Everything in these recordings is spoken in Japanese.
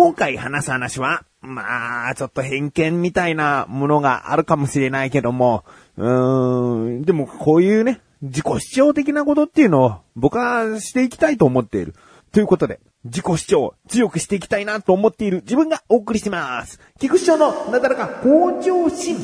今回話す話は、ちょっと偏見みたいなものがあるかもしれないけども、でもこういうね、自己主張的なことっていうのを僕はしていきたいと思っている。ということで、自己主張を強くしていきたいなと思っている自分がお送りします。菊師匠のなだらか向上心。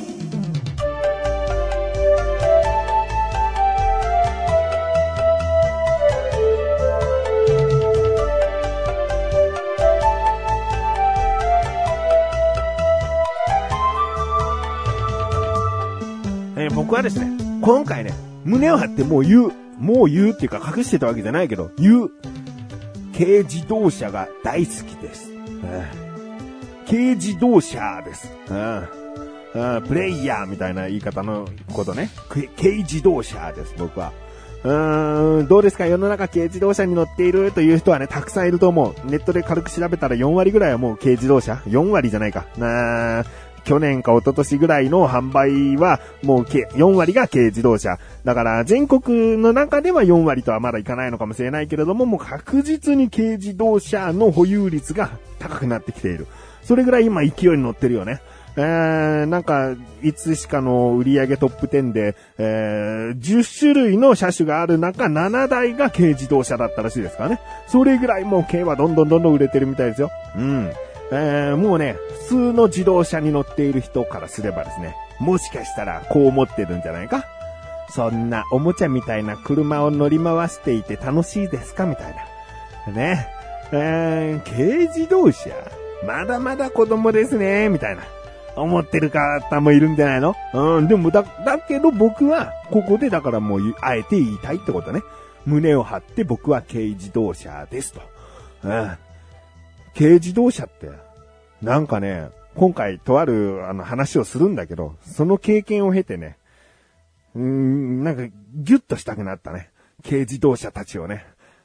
僕はですね、今回ね、胸を張ってもう言うっていうか隠してたわけじゃないけど、軽自動車が大好きです。軽自動車です。プレイヤーみたいな言い方のことね。軽自動車です、僕は。どうですか？世の中軽自動車に乗っているという人はね、たくさんいると思う。ネットで軽く調べたら4割ぐらいはもう軽自動車 ?4 割じゃないか。去年か一昨年ぐらいの販売はもう4割が軽自動車。だから全国の中では4割とはまだいかないのかもしれないけれども、もう確実に軽自動車の保有率が高くなってきている。それぐらい今勢いに乗ってるよね。なんか、いつしかの売上トップ10で、10種類の車種がある中、7台が軽自動車だったらしいですからね。それぐらいもう軽はどんどん売れてるみたいですよ。もうね、普通の自動車に乗っている人からすればですね、もしかしたらこう思ってるんじゃないか？そんなおもちゃみたいな車を乗り回していて楽しいですかみたいな。ね。軽自動車まだまだ子供ですね、みたいな。思ってる方もいるんじゃないの？でもだけど僕は、ここでだからもう、あえて言いたいってことね。胸を張って僕は軽自動車ですと。軽自動車って、なんかね、今回とある話をするんだけど、その経験を経てね、なんかギュッとしたくなったね。軽自動車たちをね。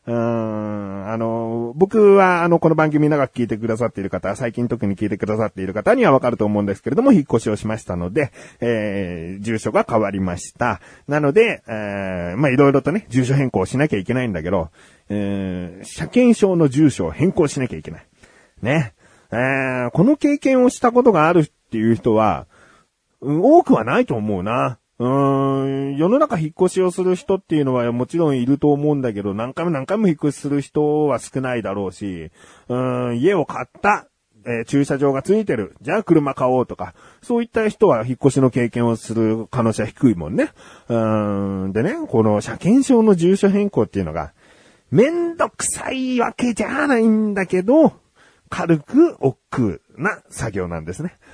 僕はこの番組長く聞いてくださっている方、最近特に聞いてくださっている方にはわかると思うんですけれども、引っ越しをしましたので、住所が変わりました。なので、いろいろとね、住所変更しなきゃいけないんだけど、車検証の住所を変更しなきゃいけない。ね。この経験をしたことがあるっていう人は、多くはないと思うな。世の中引っ越しをする人っていうのはもちろんいると思うんだけど、何回も引っ越しする人は少ないだろうし、家を買った、駐車場がついてる。じゃあ車買おうとか、そういった人は引っ越しの経験をする可能性は低いもんね。でね、この車検証の住所変更っていうのが、めんどくさいわけじゃないんだけど、軽く億劫な作業なんですね。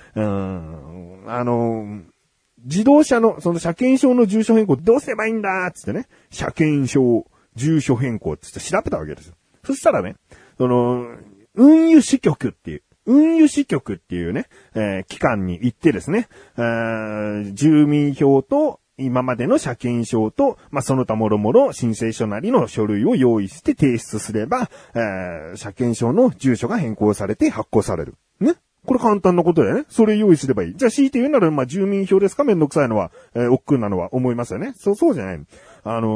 自動車の、その車検証の住所変更どうすればいいんだつってね、車検証住所変更つって調べたわけですよ。そしたらね、運輸支局っていうね、機関に行ってですね、住民票と今までの車検証と、その他もろもろ申請書なりの書類を用意して提出すれば、車検証の住所が変更されて発行される。ね。これ簡単なことだよね。それ用意すればいい。じゃあ強いて言うなら、住民票ですか？めんどくさいのは、億劫なのは思いますよね。そうじゃない。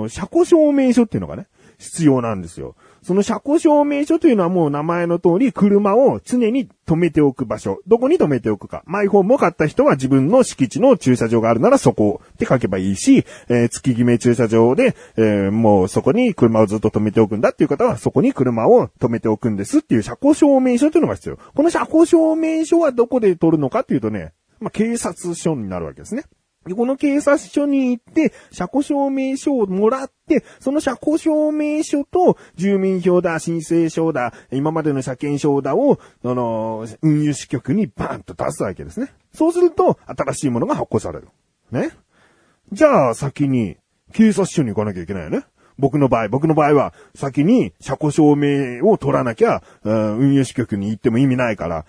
車庫証明書っていうのがね、必要なんですよ。その車庫証明書というのはもう名前の通り車を常に止めておく場所。どこに止めておくか。マイホームを買った人は自分の敷地の駐車場があるならそこって書けばいいし、月決め駐車場で、もうそこに車をずっと止めておくんだっていう方はそこに車を止めておくんですっていう車庫証明書というのが必要。この車庫証明書はどこで取るのかっていうとね、警察署になるわけですね。で、この警察署に行って、車庫証明書をもらって、その車庫証明書と、住民票だ、申請書だ、今までの車検証だを、運輸支局にバーンと出すわけですね。そうすると、新しいものが発行される。ね。じゃあ、先に、警察署に行かなきゃいけないよね。僕の場合は、先に車庫証明を取らなきゃ、運輸支局に行っても意味ないから、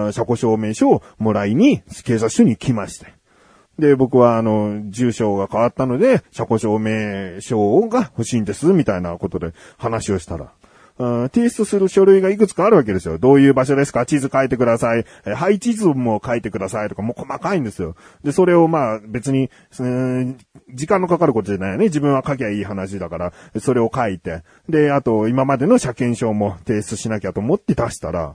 車庫証明書をもらいに、警察署に来まして。で、僕は住所が変わったので、車庫証明書が欲しいんです、みたいなことで話をしたら、提出する書類がいくつかあるわけですよ。どういう場所ですか？地図書いてください。配置図も書いてくださいとか、もう細かいんですよ。で、それを別に、時間のかかることじゃないよね。自分は書きゃいい話だから、それを書いて。で、あと、今までの車検証も提出しなきゃと思って出したら、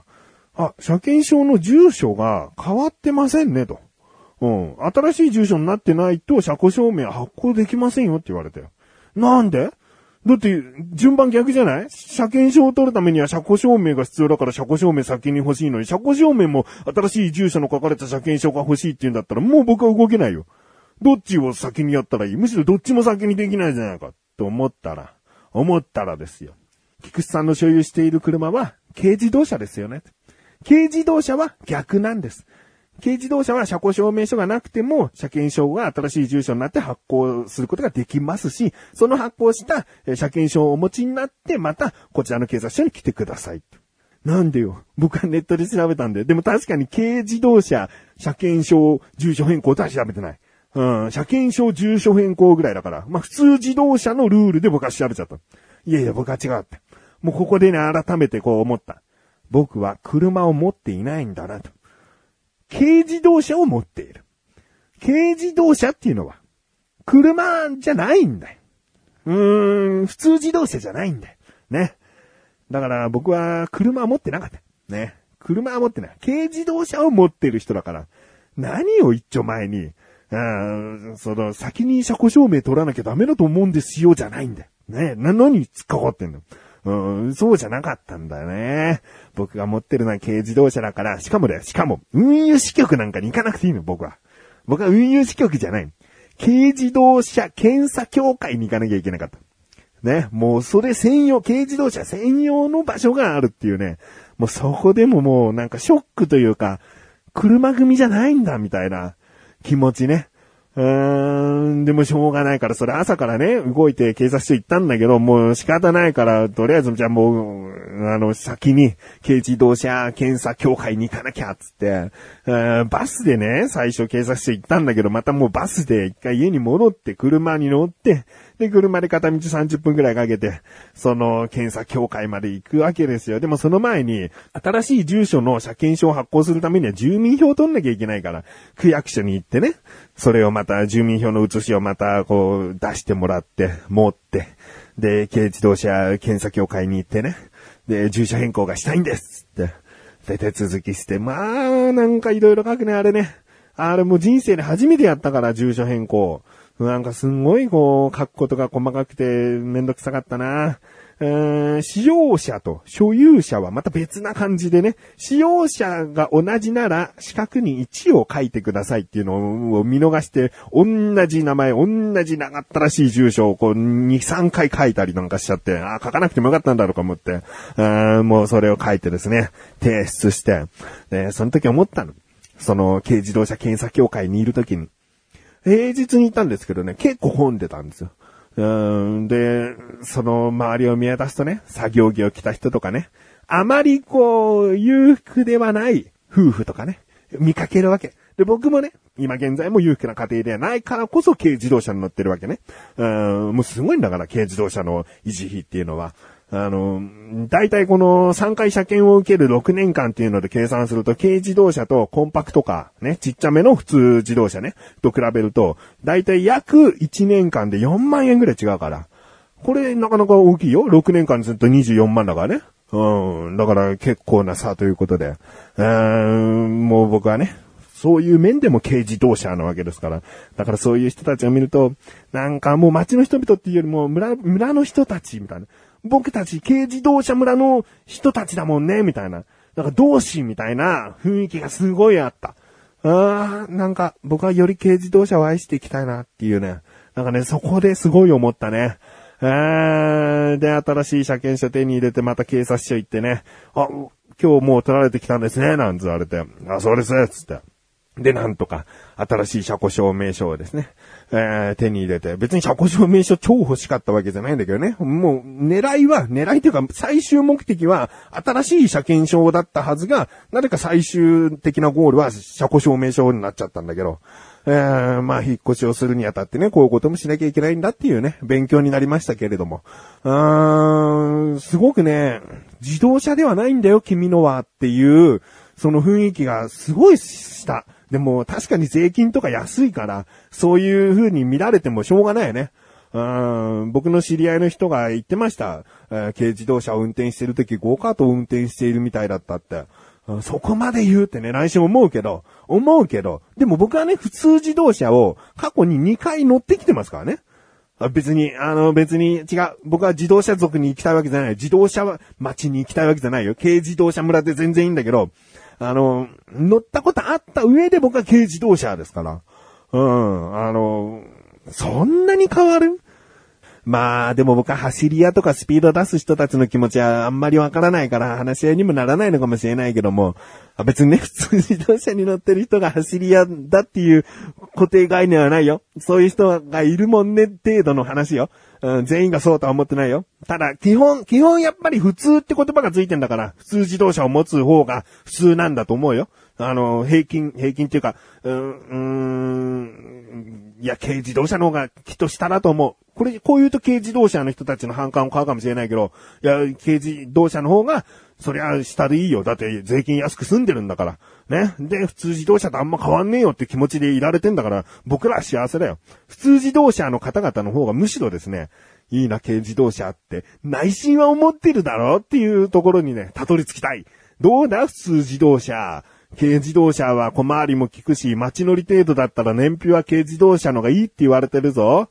車検証の住所が変わってませんねと。新しい住所になってないと車庫証明発行できませんよって言われたよ。なんで？だって、順番逆じゃない？車検証を取るためには車庫証明が必要だから車庫証明先に欲しいのに、車庫証明も新しい住所の書かれた車検証が欲しいって言うんだったら、もう僕は動けないよ。どっちを先にやったらいい？むしろどっちも先にできないじゃないか。と思ったらですよ。菊池さんの所有している車は軽自動車ですよね。軽自動車は逆なんです。軽自動車は車庫証明書がなくても、車検証が新しい住所になって発行することができますし、その発行した車検証をお持ちになって、またこちらの警察署に来てください。なんでよ。僕はネットで調べたんで。でも確かに軽自動車、車検証、住所変更とは調べてない。車検証、住所変更ぐらいだから。普通自動車のルールで僕は調べちゃった。いや僕は違うって。もうここでね、改めてこう思った。僕は車を持っていないんだなと。軽自動車を持っている。軽自動車っていうのは、車じゃないんだよ。普通自動車じゃないんだよ。ね。だから僕は車は持ってなかった。ね。車は持ってない。軽自動車を持ってる人だから、何を一丁前に、先に車庫証明取らなきゃダメだと思うんですよじゃないんだよ。ね。何に突っかかってんの？そうじゃなかったんだよね。僕が持ってるのは軽自動車だから、しかも、運輸支局なんかに行かなくていいの、僕は。僕は運輸支局じゃない。軽自動車検査協会に行かなきゃいけなかった。ね。もうそれ専用、軽自動車専用の場所があるっていうね。もうそこでももうなんかショックというか、車組じゃないんだみたいな気持ちね。でもしょうがないから、それ朝からね、動いて警察署行ったんだけど、もう仕方ないから、とりあえずじゃあもう、先に軽自動車検査協会に行かなきゃ、つって、バスでね、最初警察署行ったんだけど、またもうバスで一回家に戻って車に乗って、で、車で片道30分くらいかけて、その検査協会まで行くわけですよ。でもその前に、新しい住所の車検証を発行するためには住民票を取んなきゃいけないから、区役所に行ってね、それをまた住民票の写しをまたこう出してもらって、持って、で、軽自動車検査協会に行ってね、で、住所変更がしたいんですって、で、手続きして、なんかいろいろ書くね、あれね。あれもう人生で初めてやったから、住所変更。なんかすんごいこう、書くことが細かくてめんどくさかったな。使用者と所有者はまた別な感じでね、使用者が同じなら四角に1を書いてくださいっていうのを見逃して、同じ名前、同じ長ったらしい住所をこう2、3回書いたりなんかしちゃって、書かなくてもよかったんだろうか思って、もうそれを書いてですね、提出して、その時思ったの。その軽自動車検査協会にいる時に、平日にいたんですけどね、結構混んでたんですよ。で、その周りを見渡すとね、作業着を着た人とかね、あまりこう、裕福ではない夫婦とかね、見かけるわけ。で、僕もね、今現在も裕福な家庭ではないからこそ軽自動車に乗ってるわけね。もうすごいんだから、軽自動車の維持費っていうのは。だいたいこの3回車検を受ける6年間っていうので計算すると、軽自動車とコンパクトカー、ね、ちっちゃめの普通自動車ね、と比べると、だいたい約1年間で4万円ぐらい違うから。これなかなか大きいよ。6年間ずっと24万だからね。だから結構な差ということで。もう僕はね、そういう面でも軽自動車なわけですから。だからそういう人たちを見ると、なんかもう街の人々っていうよりも村の人たちみたいな。僕たち軽自動車村の人たちだもんね、みたいな。なんか同志みたいな雰囲気がすごいあった。なんか僕はより軽自動車を愛していきたいなっていうね。なんかね、そこですごい思ったね。で、新しい車検証手に入れてまた警察署行ってね。今日もう取られてきたんですね、なんて言われて。そうです、つって。で、なんとか、新しい車庫証明書をですね、手に入れて、別に車庫証明書超欲しかったわけじゃないんだけどね。もう、狙いというか、最終目的は、新しい車検証だったはずが、なぜか最終的なゴールは車庫証明書になっちゃったんだけど、引っ越しをするにあたってね、こういうこともしなきゃいけないんだっていうね、勉強になりましたけれども。すごくね、自動車ではないんだよ、君のはっていう、その雰囲気がすごいした。でも確かに税金とか安いから、そういう風に見られてもしょうがないよね。僕の知り合いの人が言ってました。軽自動車を運転してるときゴーカートを運転しているみたいだったって。 そこまで言うってね、来週思うけど、でも僕はね、普通自動車を過去に2回乗ってきてますからね。別に違う。僕は自動車族に行きたいわけじゃない。自動車町に行きたいわけじゃないよ。軽自動車村で全然いいんだけど、乗ったことあった上で僕は軽自動車ですから。そんなに変わる？まあ、でも僕は走り屋とかスピード出す人たちの気持ちはあんまりわからないから話し合いにもならないのかもしれないけども、別にね、普通自動車に乗ってる人が走り屋だっていう固定概念はないよ。そういう人がいるもんね程度の話よ。全員がそうとは思ってないよ。ただ、基本やっぱり普通って言葉がついてんだから、普通自動車を持つ方が普通なんだと思うよ。平均っていうか、いや、軽自動車の方がきっと下だと思う。こう言うと軽自動車の人たちの反感を買うかもしれないけど、いや、軽自動車の方が、そりゃ下でいいよ。だって税金安く済んでるんだから。ね。で、普通自動車とあんま変わんねえよって気持ちでいられてんだから、僕らは幸せだよ。普通自動車の方々の方がむしろですね、いいな、軽自動車って、内心は思ってるだろうっていうところにね、たどり着きたい。どうだ、普通自動車。軽自動車は小回りも効くし、街乗り程度だったら燃費は軽自動車のがいいって言われてるぞ。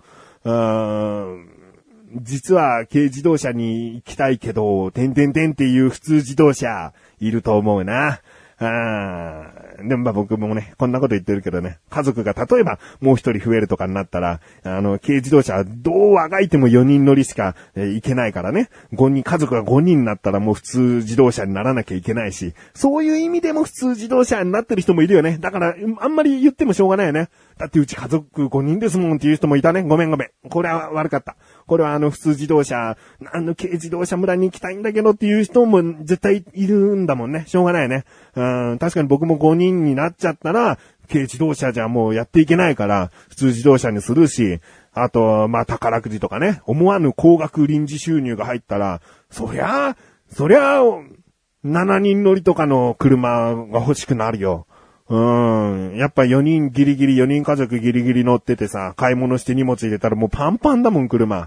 実は軽自動車に行きたいけど、っていう普通自動車いると思うな。でも僕もね、こんなこと言ってるけどね、家族が例えばもう一人増えるとかになったら、軽自動車はどうあがいても4人乗りしか行けないからね、家族が5人になったらもう普通自動車にならなきゃいけないし、そういう意味でも普通自動車になってる人もいるよね。だから、あんまり言ってもしょうがないよね。だってうち家族5人ですもんっていう人もいたね。ごめん。これは悪かった。これは普通自動車、軽自動車村に行きたいんだけどっていう人も絶対いるんだもんね。しょうがないね。確かに僕も5人になっちゃったら、軽自動車じゃもうやっていけないから、普通自動車にするし、あと、宝くじとかね、思わぬ高額臨時収入が入ったら、そりゃ、7人乗りとかの車が欲しくなるよ。やっぱ4人家族ギリギリ乗っててさ、買い物して荷物入れたらもうパンパンだもん、車。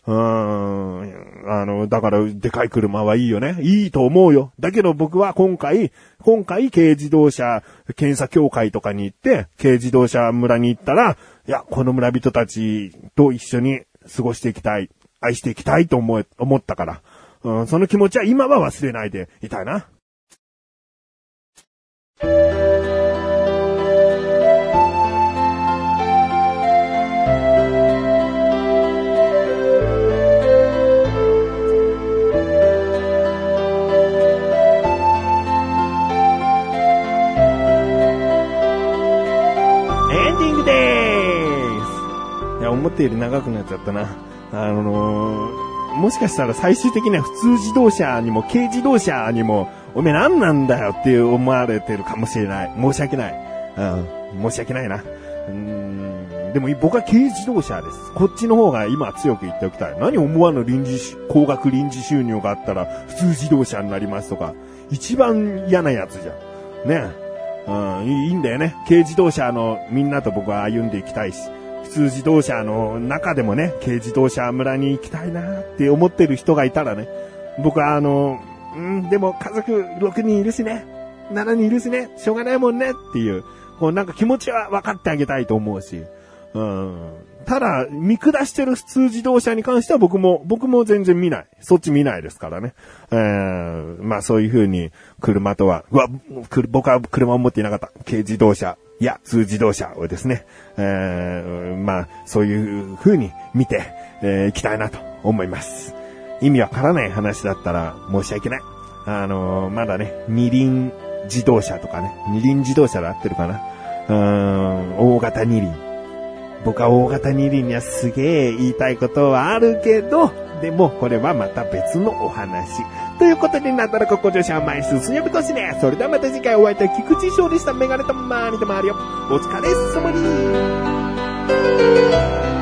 だから、でかい車はいいよね。いいと思うよ。だけど僕は今回、軽自動車検査協会とかに行って、軽自動車村に行ったら、いや、この村人たちと一緒に過ごしていきたい、愛していきたいと思ったから、その気持ちは今は忘れないでいたいな。思ったより長くなっちゃったな。もしかしたら最終的には普通自動車にも軽自動車にも、おめえ何なんだよって思われてるかもしれない。申し訳ない。申し訳ないな。でも僕は軽自動車です。こっちの方が今は強く言っておきたい。何思わぬ高額臨時収入があったら普通自動車になりますとか。一番嫌なやつじゃん。ね。いいんだよね。軽自動車のみんなと僕は歩んでいきたいし。普通自動車の中でもね、軽自動車村に行きたいなって思ってる人がいたらね、僕はでも家族6人いるしね、7人いるしね、しょうがないもんねっていう、なんか気持ちは分かってあげたいと思うし、ただ、見下してる普通自動車に関しては僕も全然見ない。そっち見ないですからね。まあそういう風に車とは、僕は車を持っていなかった。軽自動車。いや、普通自動車をですね、まあ、そういう風に見て、いきたいなと思います。意味わからない話だったら申し訳ない。まだね、二輪自動車とかね、二輪自動車で合ってるかな。大型二輪。僕は大型二輪にはすげえ言いたいことはあるけど、でもこれはまた別のお話。ということで、なんとなくご乗車は毎週水曜日越しね。それではまた次回お会いいたい菊池翔でした。メガネとマーニとマリオ。お疲れ様に。